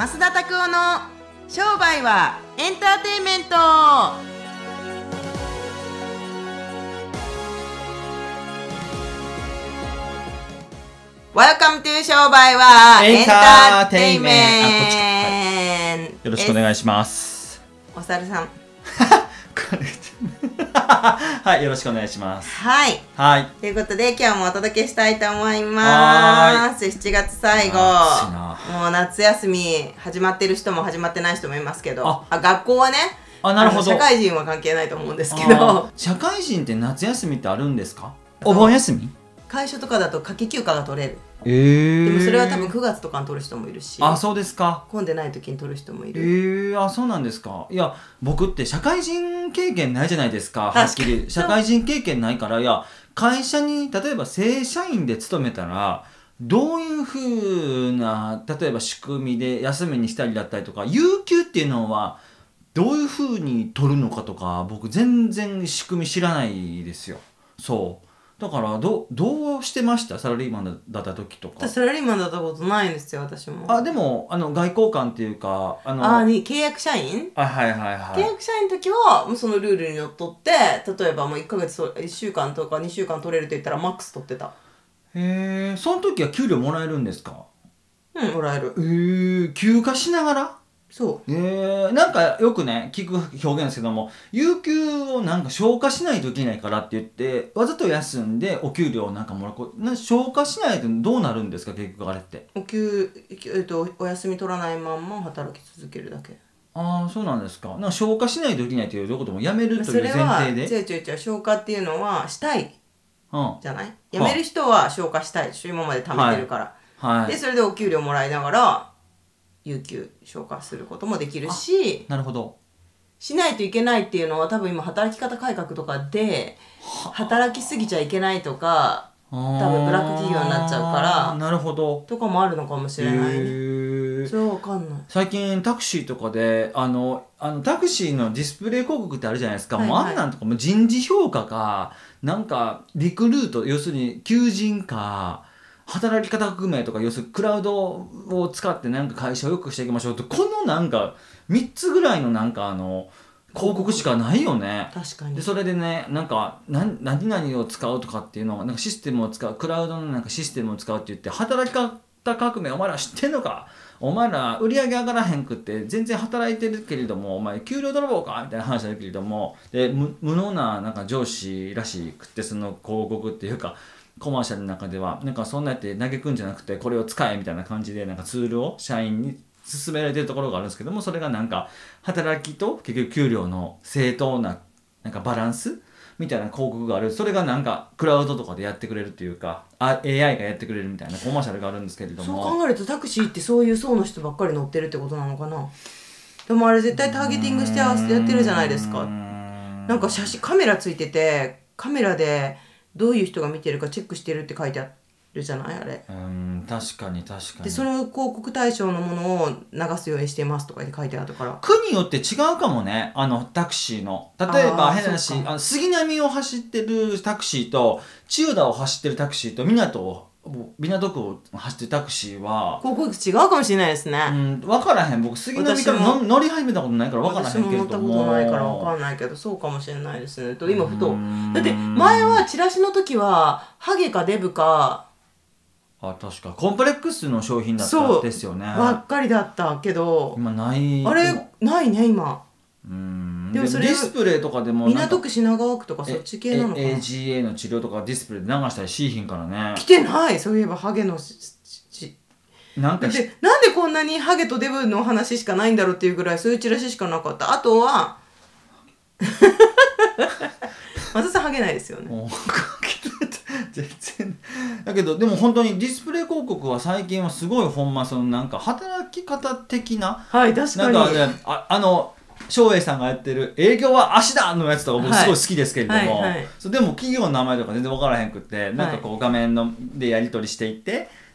増田拓夫の商売はエンターテインメント。Welcome to 商売はエンターテインメント。 よろしくお願いします。 お猿さんはい、よろしくお願いします。 はい、 はい、 ということで今日もお届けしたいと思います。7月最後、もう夏休み始まってる人も始まってない人もいますけど、学校はね、 なるほど。 社会人は関係ないと思うんですけど、 社会人って夏休みってあるんですか？お盆休み？ 会社とかだと夏季休暇が取れる。 でもそれは多分9月とかに取る人もいるし、 そうですか。 混んでない時に取る人もいる。 そうなんですか。いや、僕って社会人経験ないじゃないですか。はっきり社会人経験ないから、いや、会社に例えば正社員で勤めたらどういう風な、例えば仕組みで休みにしたりだったりとか、有給っていうのはどういう風に取るのかとか、僕全然仕組み知らないですよ。そうだからどうしてました？サラリーマンだった時とか。 サラリーマンだったことないんですよ、私も。でも外交官っていうか契約社員？ はい。契約社員の時はもうそのルールにのっとって、例えばもう1ヶ月1週間とか2週間取れるって言ったらマックス取ってた。 その時は給料もらえるんですか？ もらえる。 休暇しながら？ そう。 なんかよくね聞く表現ですけども、有給をなんか消化しないといけないからって言ってわざと休んでお給料をなんかもらう。消化しないとどうなるんですか結局あれって。 お休み取らないまんま働き続けるだけ。 そうなんですか。なんか消化しないといけないということもやめるという前提で。 それは違う消化っていうのはしたい、じゃない。やめる人は消化したい、今まで貯めてるから、でそれでお給料もらいながら有給消化することもできるし、 なるほど。 しないといけないっていうのは多分今働き方改革とかで働きすぎちゃいけないとか、多分ブラック企業になっちゃうから、 なるほどとかもあるのかもしれないね。それは分かんない。 最近タクシーとかでタクシーのディスプレイ広告ってあるじゃないですか、もうあんなんとかも人事評価かなんかリクルート、要するに求人か働き方革命とか、要するにクラウドを使ってなんか会社を良くしていきましょうと、このなんか3つぐらいのなんか広告しかないよね。 確かに。でそれでね、なんか何々を使うとかっていうのはなんかシステムを使う、クラウドのなんかシステムを使うって言って、働き方革命お前ら知ってんのか、お前ら売り上げ上がらへんくって全然働いてるけれどもお前給料泥棒かみたいな話だけれども、で無能ななんか上司らしくって、その広告っていうかコマーシャルの中ではなんかそんなやって嘆くんじゃなくてこれを使えみたいな感じでなんかツールを社員に勧められてるところがあるんですけども、それがなんか働きと結局給料の正当ななんかバランスみたいな広告がある。それがなんかクラウドとかでやってくれるっていうか、AI がやってくれるみたいなコマーシャルがあるんですけれども、 そう考えるとタクシーってそういう層の人ばっかり乗ってるってことなのかな。でもあれ絶対ターゲティングして合わせてやってるじゃないですか。なんかカメラついてて、カメラでどういう人が見てるかチェックしてるって書いてあるじゃないあれ。 確かに。 でその広告対象のものを流すようにしてますとかって書いてあるから、 区によって違うかもね。タクシーの例えば変な話、杉並を走ってるタクシーと千代田を走ってるタクシーと港区を走ってるタクシーは広告違うかもしれないですね。 分からへん。僕杉並から乗り始めたことないから分からへんけれども、 私も乗ったことないから分かんないけど、そうかもしれないですねと今ふと。だって前はチラシの時はハゲかデブか、 確かコンプレックスの商品だったんですよね。 ばっかりだったけど今ない。 あれないね今。 でもそれディスプレイとかでも港区品川区とかそっち系なのかな。 AGA の治療とかディスプレイで流したりしひんからね。 来てない。そういえばハゲのなんでこんなにハゲとデブの話しかないんだろうっていうぐらいそういうチラシしかなかった。あとは松田さんハゲないですよね。 全然だけど、でも本当にディスプレイ広告は最近はすごいほんまそのなんか働き方的な、 はい確かになんかね、照英さんがやってる営業は足だのやつとか僕すごい好きですけれども、でも企業の名前とか全然分からへんくって、なんかこう画面でやり取りしていって、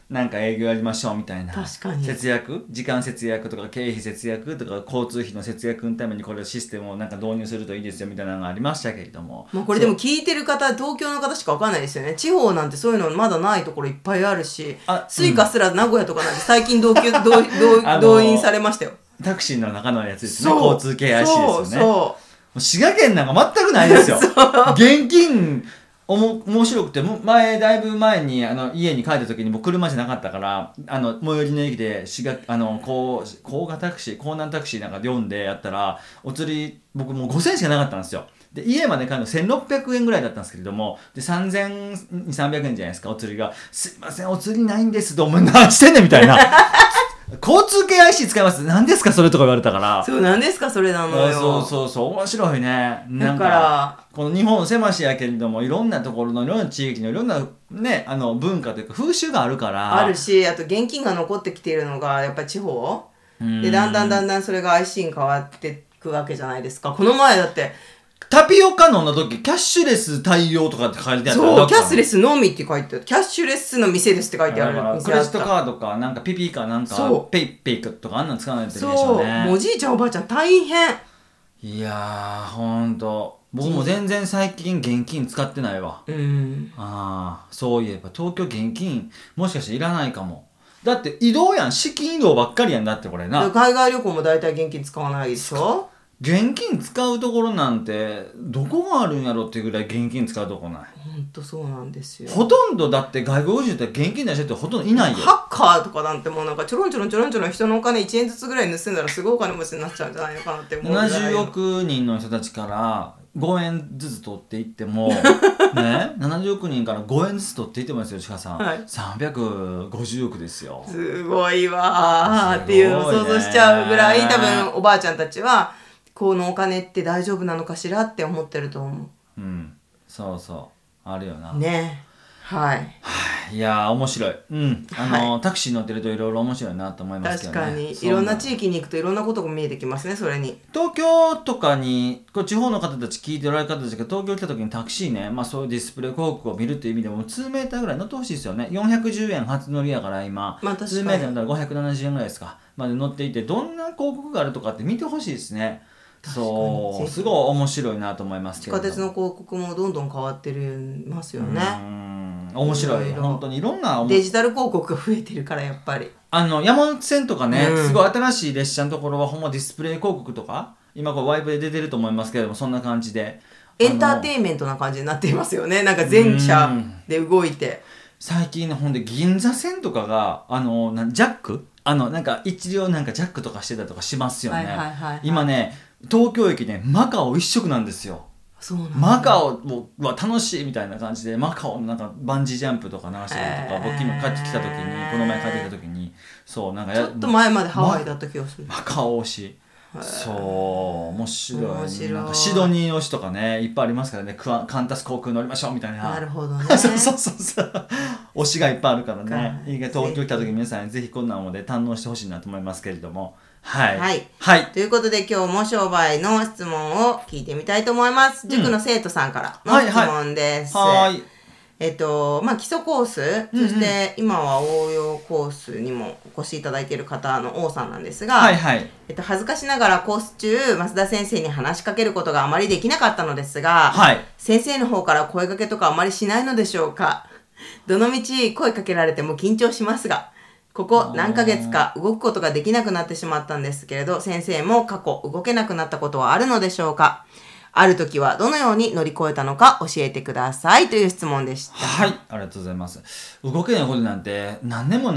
なんか営業やりましょうみたいな、 確かに節約、時間節約とか経費節約とか交通費の節約のためにこれシステムをなんか導入するといいですよみたいなのがありましたけれども、 もうこれでも聞いてる方、東京の方しかわかんないですよね。地方なんてそういうのまだないところいっぱいあるし、スイカすら名古屋とかなんて最近動員されましたよ。 タクシーの中のやつですね。 そう交通系 IC ですよね。 そうもう滋賀県なんか全くないですよ。現金面白くて、だいぶ前に家に帰った時に僕車じゃなかったから、最寄りの駅で江南タクシーなんか読んでやったら、お釣り僕もう5000円しかなかったんですよ。で家まで帰るの1600円ぐらいだったんですけれども、で3300円じゃないですか、お釣りが。すいませんお釣りないんですと、お前何してんねんみたいな。交通系 IC 使います。何ですかそれとか言われたから。 そう、何ですかそれなのよ。 そう面白いね。 だからこの日本狭しやけれども、いろんなところのいろんな地域のいろんなね文化というか風習があるから、 あるし、あと現金が残ってきているのがやっぱり地方で、だんだんそれが IC に変わっていくわけじゃないですか。この前だってタピオカ飲んだ時キャッシュレス対応とかって書いてある。 そうキャッシュレスのみって書いてある。キャッシュレスの店ですって書いてある店あった。 クレジットカードかなんかピピかなんかペイペイとかあんなん使わないといけないでしょうね。 そう、おじいちゃんおばあちゃん大変。 いやーほんと僕も全然最近現金使ってないわ。そういえば東京現金もしかしていらないかも。だって移動やん、資金移動ばっかりやん。だってこれな、 海外旅行も大体現金使わないでしょ。 現金使うところなんてどこがあるんやろっていうぐらい現金使うとこない。 ほんとそうなんですよ。 ほとんどだって外国人って現金出してる人ほとんどいないよ。 ハッカーとかなんてもうなんかちょろんちょろん人のお金1円ずつぐらい盗んだらすごいお金持ちになっちゃうんじゃないのかなって思うぐらい。 70億人の人たちから5円ずつ取っていってもね、70億人から5円ずつ取っていってもですよ、ちかさん、350億ですよ。 すごいわーっていうのを想像しちゃうぐらい、多分おばあちゃんたちはこのお金って大丈夫なのかしらって思ってると思う。そうあるよな。 ね。はい。 いやー面白い。タクシー乗ってるといろいろ面白いなと思いますけどね。 確かにいろんな地域に行くといろんなことが見えてきますね。それに東京とかに地方の方たち聞いておられる方たちが東京来た時にタクシーね、そういうディスプレイ広告を見るという意味でも2メーターぐらい乗ってほしいですよね。410円初乗りやから今、 確かに 2メーターだったら570円ぐらいですかまで乗っていて、どんな広告があるとかって見てほしいですね。すごい面白いなと思いますけど。 地下鉄の広告もどんどん変わってますよね。 面白い。本当にいろんなデジタル広告が増えてるからやっぱり山手線とかね、すごい新しい列車のところはほんまディスプレイ広告とか今ワイプで出てると思いますけれども、そんな感じでエンターテインメントな感じになっていますよね。なんか全車で動いて、 最近ほんで銀座線とかがジャックなんか一両なんかジャックとかしてたりとかしますよね。今ね東京駅ねマカオ一色なんですよ。 そうなんだ。 マカオは楽しいみたいな感じで、マカオのなんかバンジージャンプとか流してたりとか、僕今帰ってきた時にこの前帰ってきた時になんかちょっと前までハワイだった気がする。 マカオ推し。面白い。なんかシドニー推しとかねいっぱいありますからね。カンタス航空乗りましょうみたいな。 なるほどね。 そう推しがいっぱいあるからね。東京来た時皆さんぜひこんなもので堪能してほしいなと思いますけれども。はい。 ということで今日も商売の質問を聞いてみたいと思います。塾の生徒さんからの質問です。基礎コース、そして今は応用コースにもお越しいただいている方の王さんなんですが、恥ずかしながらコース中増田先生に話しかけることがあまりできなかったのですが、先生の方から声掛けとかあまりしないのでしょうか。どのみち声かけられても緊張しますが、ここ何ヶ月か動くことができなくなってしまったんですけれど、先生も過去動けなくなったことはあるのでしょうか。ある時はどのように乗り越えたのか教えてくださいという質問でした。 はい、ありがとうございます。動けないことなんて何回も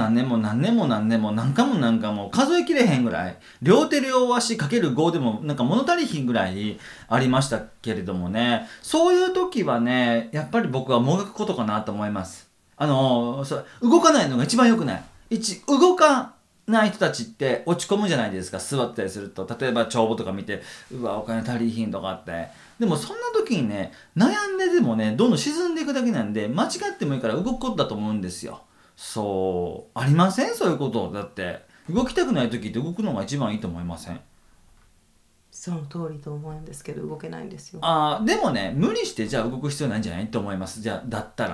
数えきれへんぐらい、両手両足かける5でもなんか物足りひんぐらいありましたけれどもね、そういう時はねやっぱり僕はもがくことかなと思います。動かないのが一番良くない。動かない人たちって落ち込むじゃないですか。座ったりすると、例えば帳簿とか見てうわお金足りひんとかあって、でもそんな時にね悩んででもねどんどん沈んでいくだけなんで、間違ってもいいから動くことだと思うんですよ。ありません？そういうこと。だって動きたくない時って動くのが一番いいと思いません？ その通りと思うんですけど動けないんですよ。 でもね無理してじゃあ動く必要ないんじゃないと思います。じゃあだったら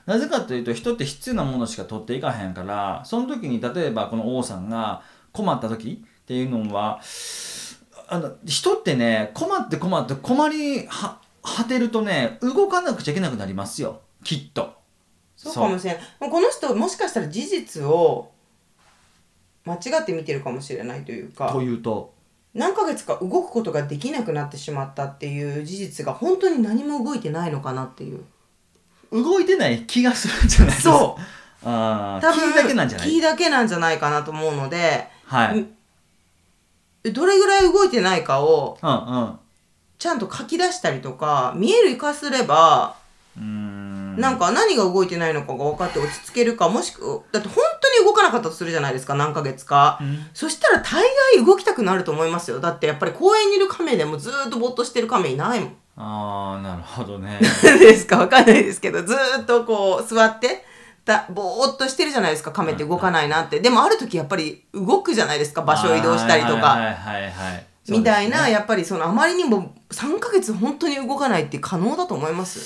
なぜかというと人って必要なものしか取っていかへんから、その時に例えばこの王さんが困った時っていうのは人ってね困って困り果てるとね動かなくちゃいけなくなりますよきっと。 そうかもしれない。この人もしかしたら事実を間違って見てるかもしれないというか。 というと何ヶ月か動くことができなくなってしまったっていう事実が本当に何も動いてないのかなっていう。 動いてない気がするんじゃないですか。 そう。 多分気だけなんじゃない？ 気だけなんじゃないかなと思うので、 はい。 どれぐらい動いてないかをうんうん。 ちゃんと書き出したりとか見える化すれば、なんか何が動いてないのかが分かって落ち着けるか、もしくだって本当に動かなかったとするじゃないですか、何ヶ月か、そしたら大概動きたくなると思いますよ。だってやっぱり公園にいる亀でもずーっとぼーっとしてる亀いないもん。 ああ、なるほどね。 ですか、分かんないですけど、ずーっとこう座ってぼーっとしてるじゃないですか、亀って動かないなって。でもある時やっぱり動くじゃないですか、場所を移動したりとか、 はいはいはいはい、 みたいな、やっぱりあまりにも3ヶ月本当に動かないって可能だと思います。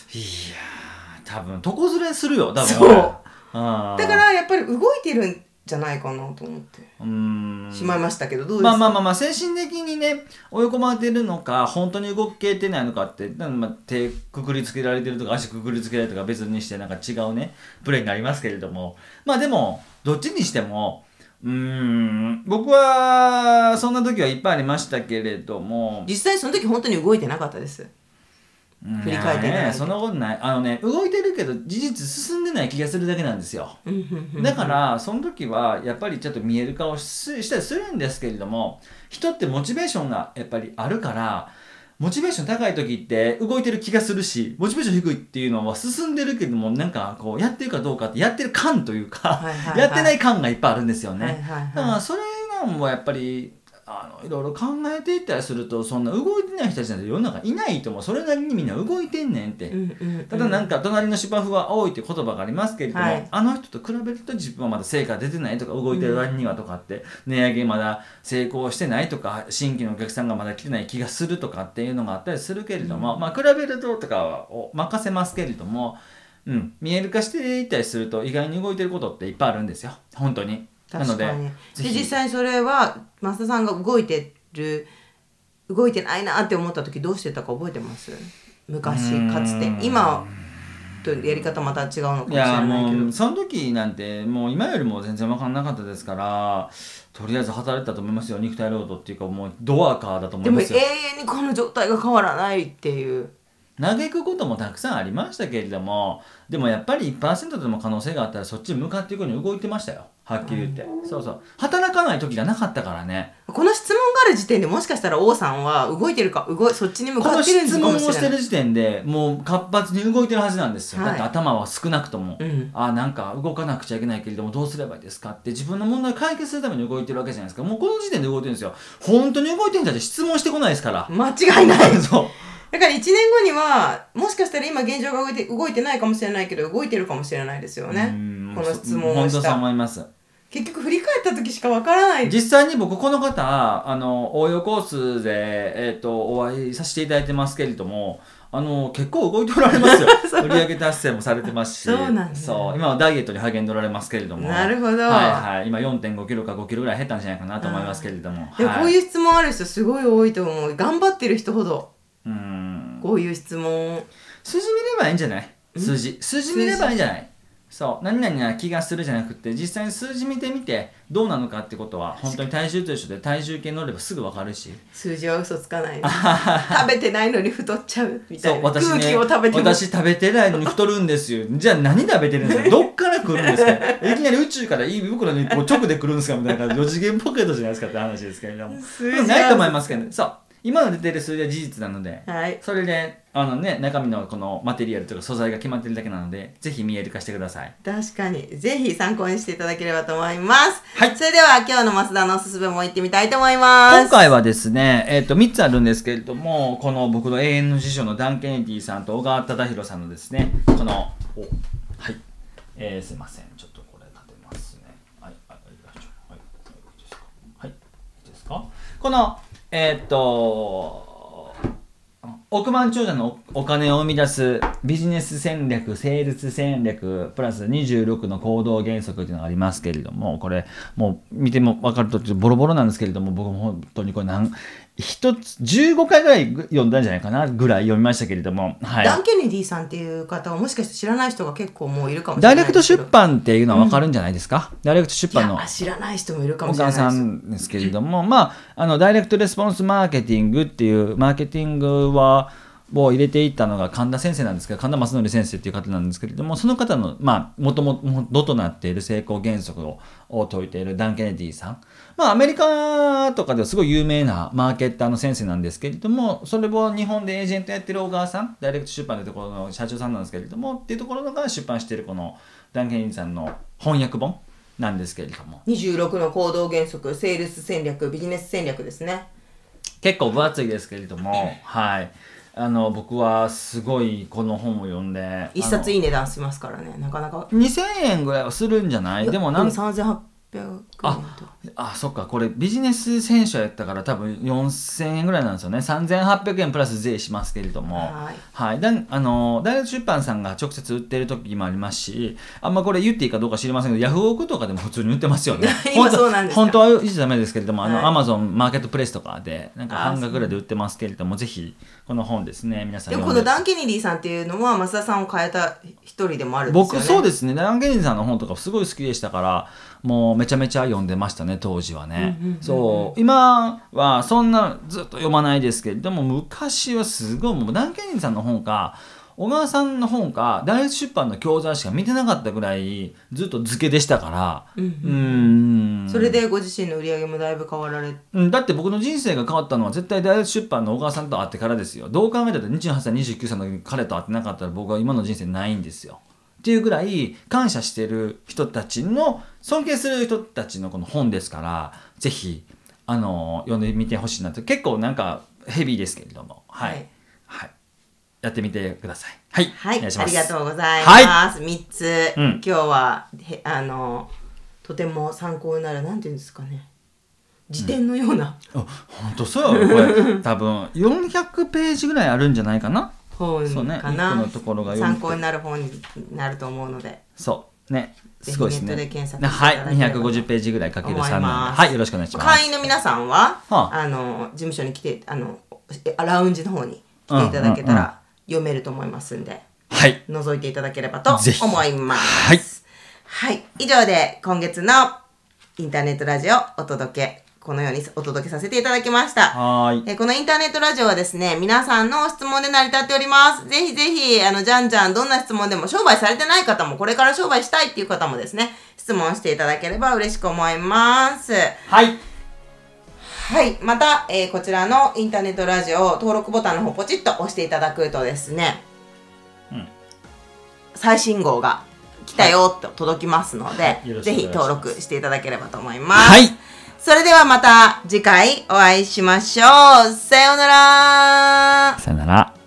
いやー、多分床ずれするよ、多分。 そうだからやっぱり動いてるんじゃないかなと思ってしまいましたけど、どうですか？ まあ精神的にね追い込まれてるのか本当に動けてないのかって、手くくりつけられてるとか足くくりつけられるとか別にしてなんか違うねプレーになりますけれども、でもどっちにしても僕はそんな時はいっぱいありましたけれども、 実際その時本当に動いてなかったです。振り返っていただいて。 そんなことない。動いてるけど事実進んでない気がするだけなんですよ。だからその時はやっぱりちょっと見える化をしたりするんですけれども、人ってモチベーションがやっぱりあるから、モチベーション高い時って動いてる気がするし、モチベーション低いっていうのは進んでるけども、なんかこうやってるかどうかってやってる感というか、やってない感がいっぱいあるんですよね。だからそれがもうやっぱりいろいろ考えていったりすると、そんな動いてない人たちなんて世の中いないと思う。それなりにみんな動いてんねんって、ただなんか隣の芝生は青いって言葉がありますけれども、あの人と比べると自分はまだ成果出てないとか、動いてる割にはとかって、値上げまだ成功してないとか、新規のお客さんがまだ来てない気がするとかっていうのがあったりするけれども、比べるととかを任せますけれども、見える化していったりすると意外に動いてることっていっぱいあるんですよ、本当に。 確かに。で実際それは増田さんが動いてないなって思った時どうしてたか覚えてます？昔かつて。今とやり方また違うのかもしれないけど。 いやもうその時なんてもう今よりも全然分かんなかったですから、とりあえず働いてたと思いますよ。肉体労働っていうかもうドアカーだと思いますよ。 でも永遠にこの状態が変わらないっていう。 嘆くこともたくさんありましたけれども、でもやっぱり 1% でも可能性があったらそっちに向かっていくように動いてましたよ、はっきり言って。そうそう、働かない時がなかったからね。 この質問がある時点でもしかしたら王さんは動いてるかそっちに向かってるんですかもしれない。 この質問をしてる時点でもう活発に動いてるはずなんですよ、だって頭は少なくとも、なんか動かなくちゃいけないけれどもどうすればいいですかって自分の問題を解決するために動いてるわけじゃないですか。もうこの時点で動いてるんですよ。本当に動いてるんだって質問してこないですから。 間違いないそうだから1年後にはもしかしたら今現状が動いてないかもしれないけど動いてるかもしれないですよね。この質問をした。 本当そう思います。 結局振り返った時しかわからない。 実際に僕この方応用コースで、お会いさせていただいてますけれども、結構動いておられますよ売上達成もされてますし、 そうなんだ。 そう今はダイエットに励んでおられますけれども。 なるほど。 今 4.5 キロか5キロぐらい減ったんじゃないかなと思いますけれども、 でもこういう質問ある人すごい多いと思う。頑張ってる人ほどこういう質問数字見ればいいんじゃない？数字見ればいいんじゃない？そう何々な気がするじゃなくて、実際に数字見てみてどうなのかってことは本当に体重と一緒で、体重計乗ればすぐ分かるし、 数字は嘘つかないね食べてないのに太っちゃうみたいな。そう私ね、 空気を食べても私食べてないのに太るんですよじゃあ何食べてるんですかどっから来るんですかいきなり宇宙からいい袋にこう直で来るんですかみたいな4次元ポケットじゃないですかって話ですけれどもないと思いますけどね。そう今の出てる数字は事実なので、それで中身のこのマテリアルというか素材が決まってるだけなので、ぜひ見える化してください。 確かにぜひ参考にしていただければと思います。それでは今日の増田のおすすめも行ってみたいと思います。 今回はですね、3つあるんですけれども、この僕の永遠の師匠のダン・ケネディさんと小川忠宏さんのですね、このすいません、ちょっとこれ立てますね。いいですか。この億万長者のお金を生み出すビジネス戦略、セールス戦略、プラス26の行動原則というのがありますけれども、これ、もう見ても分かるとボロボロなんですけれども、僕も本当にこれ一つ、15回ぐらい読んだんじゃないかなぐらい読みましたけれども、はい。 ダン・ケネディさんっていう方はもしかして知らない人が結構もういるかもしれないダイレクト出版っていうのは分かるんじゃないですか、ダイレクト出版の。 いや、知らない人もいるかもおしれないです。 母さんですけれども、ダイレクトレスポンスマーケティングっていうマーケティングを入れていったのが神田先生なんですけど、神田正則先生っていう方なんですけれども、その方のもともととなっている成功原則を説いているダン・ケネディさん、アメリカとかではすごい有名なマーケッターの先生なんですけれども、それを日本でエージェントやってる小川さん、ダイレクト出版というところの社長さんなんですけれどもっていうところが出版しているこのダン・ケネディさんの翻訳本なんですけれども、 26の行動原則、セールス戦略、ビジネス戦略ですね。 結構分厚いですけれども、はい、僕はすごいこの本を読んで、 一冊いい値段しますからね、なかなか。 2000円ぐらいはするんじゃない？でも 3800円そっか、これビジネス選手やったから多分4000円ぐらいなんですよね。3800円プラス税しますけれども、はい、大学出版さんが直接売ってる時もありますし、これ言っていいかどうか知りませんけど、ヤフオクとかでも普通に売ってますよね。 今そうなんですか。 本当は言っちゃダメですけれども、アマゾンマーケットプレイスとかでなんか半額ぐらいで売ってますけれども、ぜひこの本ですね、皆さんでもこのダン・ケネディさんっていうのは増田さんを変えた一人でもあるんですよね。 僕そうですね、ダン・ケネディさんの本とかすごい好きでしたから、もうめちゃめちゃ読んでましたね、当時はね。そう、今はそんなずっと読まないですけれども、昔はすごいもうダン・ケネディさんの本か小川さんの本か大学出版の教材しか見てなかったぐらいずっと漬けでしたから、 それでご自身の売り上げもだいぶ変わられだって僕の人生が変わったのは絶対大学出版の小川さんと会ってからですよ。どう考えたら28歳29歳の時に彼と会ってなかったら僕は今の人生ないんですよっていうぐらい感謝してる人たちの、尊敬する人たちのこの本ですから、ぜひ読んでみてほしいなと。結構なんかヘビーですけれども、はいはい、やってみてください。はい、 はい、 お願いします。 ありがとうございます。3つ、今日はとても参考になる、なんていうんですかね、辞典のような、 本当そうよ、これ多分400ページぐらいあるんじゃないかな。 本かな、 のところが参考になる本になると思うので、 そうね、すごいですね。 ぜひネットで検索していただければと 250ページぐらいかける3 思いなんで、 ます。 はい、よろしくお願いします。 会員の皆さんは、事務所に来てラウンジの方に来ていただけたら読めると思いますんで、 はい、 覗いていただければと思います。 はい、 はい、以上で今月のインターネットラジオこのようにお届けさせていただきました。このインターネットラジオはですね、皆さんの質問で成り立っております。ぜひぜひ、じゃんじゃんどんな質問でも、商売されてない方も、これから商売したいっていう方もですね、質問していただければ嬉しく思います。 はい。 はい。また、こちらのインターネットラジオ登録ボタンの方ポチッと押していただくとですね、最新号が来たよと届きますので、ぜひ登録していただければと思います。はい。それではまた次回お会いしましょう。さようなら。 さようなら。